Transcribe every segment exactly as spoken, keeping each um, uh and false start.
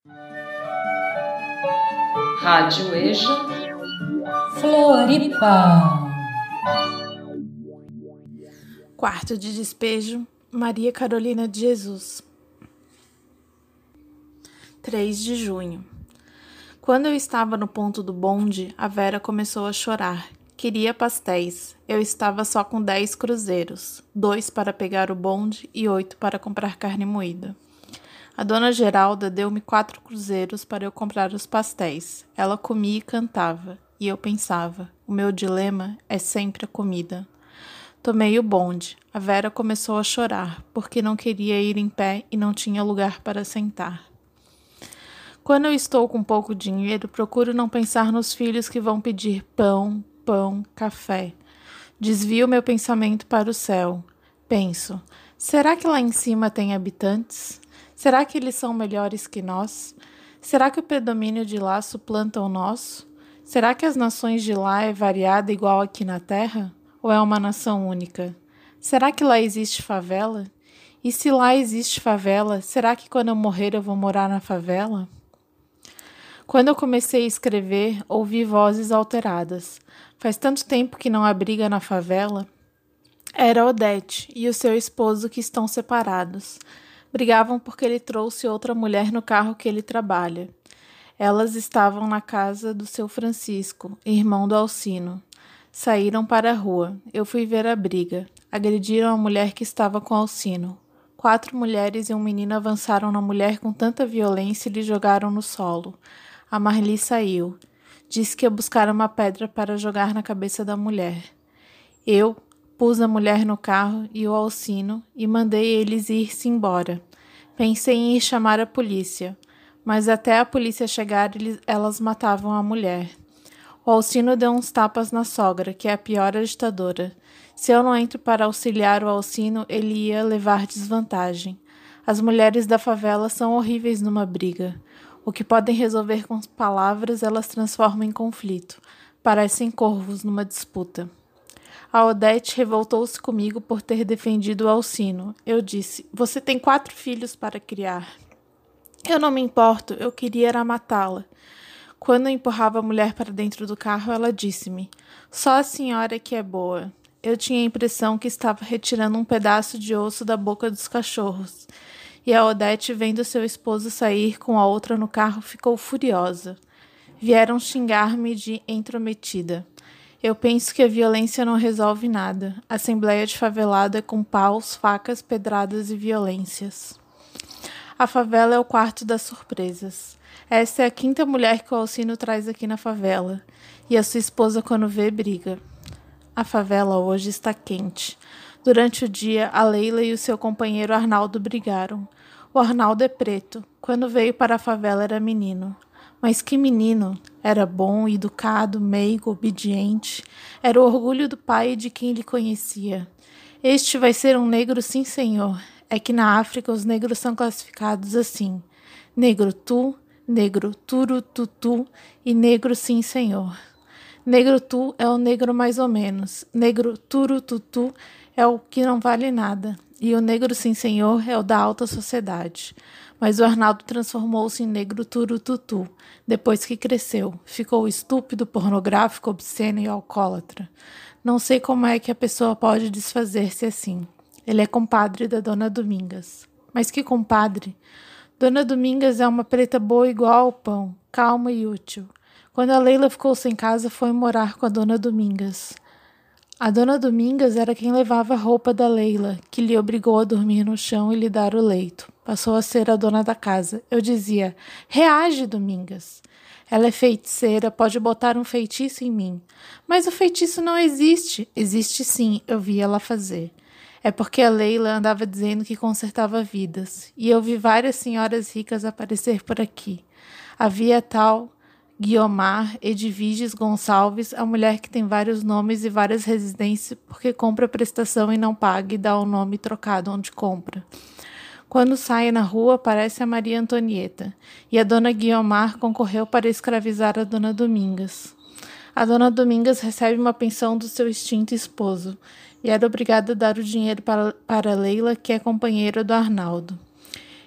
Rádio EJA Floripa. Quarto de despejo, Maria Carolina de Jesus. três de junho. Quando eu estava no ponto do bonde, a Vera começou a chorar. Queria pastéis. Eu estava só com dez cruzeiros, dois para pegar o bonde e oito para comprar carne moída. A dona Geralda deu-me quatro cruzeiros para eu comprar os pastéis. Ela comia e cantava, e eu pensava, o meu dilema é sempre a comida. Tomei o bonde. A Vera começou a chorar, porque não queria ir em pé e não tinha lugar para sentar. Quando eu estou com pouco dinheiro, procuro não pensar nos filhos que vão pedir pão, pão, café. Desvio meu pensamento para o céu. Penso, será que lá em cima tem habitantes? Será que eles são melhores que nós? Será que o predomínio de lá suplanta o nosso? Será que as nações de lá é variada igual aqui na Terra? Ou é uma nação única? Será que lá existe favela? E se lá existe favela, será que quando eu morrer eu vou morar na favela? Quando eu comecei a escrever, ouvi vozes alteradas. Faz tanto tempo que não há briga na favela. Era Odete e o seu esposo que estão separados. Brigavam porque ele trouxe outra mulher no carro que ele trabalha. Elas estavam na casa do seu Francisco, irmão do Alcino. Saíram para a rua. Eu fui ver a briga. Agrediram a mulher que estava com Alcino. Quatro mulheres e um menino avançaram na mulher com tanta violência e lhe jogaram no solo. A Marli saiu. Disse que ia buscar uma pedra para jogar na cabeça da mulher. Eu pus a mulher no carro e o Alcino e mandei eles ir-se embora. Pensei em ir chamar a polícia, mas até a polícia chegar eles, elas matavam a mulher. O Alcino deu uns tapas na sogra, que é a pior agitadora. Se eu não entro para auxiliar o Alcino, ele ia levar desvantagem. As mulheres da favela são horríveis numa briga. O que podem resolver com palavras, elas transformam em conflito. Parecem corvos numa disputa. A Odete revoltou-se comigo por ter defendido o Alcino. Eu disse, você tem quatro filhos para criar. Eu não me importo, eu queria era matá-la. Quando eu empurrava a mulher para dentro do carro, ela disse-me, só a senhora que é boa. Eu tinha a impressão que estava retirando um pedaço de osso da boca dos cachorros. E a Odete, vendo seu esposo sair com a outra no carro, ficou furiosa. Vieram xingar-me de intrometida. Eu penso que a violência não resolve nada. A Assembleia de Favelado é com paus, facas, pedradas e violências. A favela é o quarto das surpresas. Essa é a quinta mulher que o Alcino traz aqui na favela. E a sua esposa, quando vê, briga. A favela hoje está quente. Durante o dia, a Leila e o seu companheiro Arnaldo brigaram. O Arnaldo é preto. Quando veio para a favela era menino. Mas que menino! Era bom, educado, meigo, obediente. Era o orgulho do pai e de quem lhe conhecia. Este vai ser um negro, sim, senhor. É que na África os negros são classificados assim. Negro tu, negro turututu e negro, sim, senhor. Negro tu é o negro mais ou menos. Negro turututu é o que não vale nada. E o negro, sim, senhor, é o da alta sociedade. Mas o Arnaldo transformou-se em negro turututu, depois que cresceu. Ficou estúpido, pornográfico, obsceno e alcoólatra. Não sei como é que a pessoa pode desfazer-se assim. Ele é compadre da Dona Domingas. Mas que compadre? Dona Domingas é uma preta boa igual ao pão, calma e útil. Quando a Leila ficou sem casa, foi morar com a Dona Domingas. A Dona Domingas era quem levava a roupa da Leila, que lhe obrigou a dormir no chão e lhe dar o leito. Passou a ser a dona da casa. Eu dizia, reage, Domingas. Ela é feiticeira, pode botar um feitiço em mim. Mas o feitiço não existe. Existe sim, eu vi ela fazer. É porque a Leila andava dizendo que consertava vidas. E eu vi várias senhoras ricas aparecer por aqui. Havia a tal Guiomar Edviges Gonçalves, a mulher que tem vários nomes e várias residências porque compra prestação e não paga e dá o nome trocado onde compra. Quando sai na rua, aparece a Maria Antonieta, e a dona Guiomar concorreu para escravizar a dona Domingas. A dona Domingas recebe uma pensão do seu extinto esposo, e era obrigada a dar o dinheiro para, para Leila, que é companheira do Arnaldo.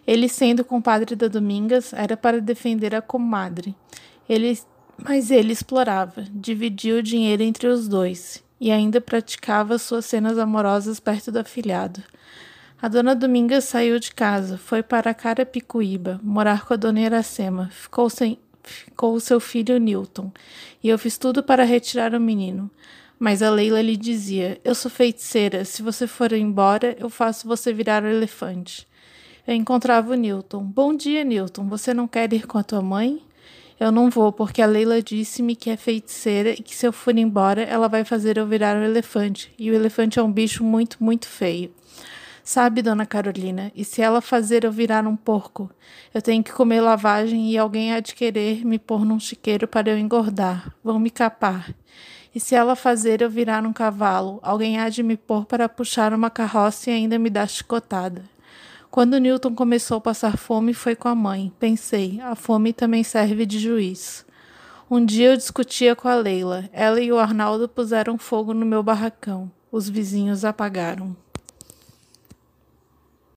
Ele, sendo compadre da Domingas, era para defender a comadre. Ele, mas ele explorava, dividia o dinheiro entre os dois e ainda praticava suas cenas amorosas perto do afilhado. A dona Domingas saiu de casa, foi para Carapicuíba, morar com a dona Iracema, ficou sem, ficou o seu filho Newton, e eu fiz tudo para retirar o menino. Mas a Leila lhe dizia, eu sou feiticeira, se você for embora, eu faço você virar o elefante. Eu encontrava o Newton. Bom dia, Newton, você não quer ir com a tua mãe? Eu não vou, porque a Leila disse-me que é feiticeira e que se eu for embora, ela vai fazer eu virar um elefante, e o elefante é um bicho muito, muito feio. Sabe, dona Carolina, e se ela fazer eu virar um porco? Eu tenho que comer lavagem e alguém há de querer me pôr num chiqueiro para eu engordar. Vão me capar. E se ela fazer eu virar um cavalo? Alguém há de me pôr para puxar uma carroça e ainda me dar chicotada. Quando Newton começou a passar fome, foi com a mãe. Pensei, a fome também serve de juiz. Um dia eu discutia com a Leila. Ela e o Arnaldo puseram fogo no meu barracão. Os vizinhos apagaram.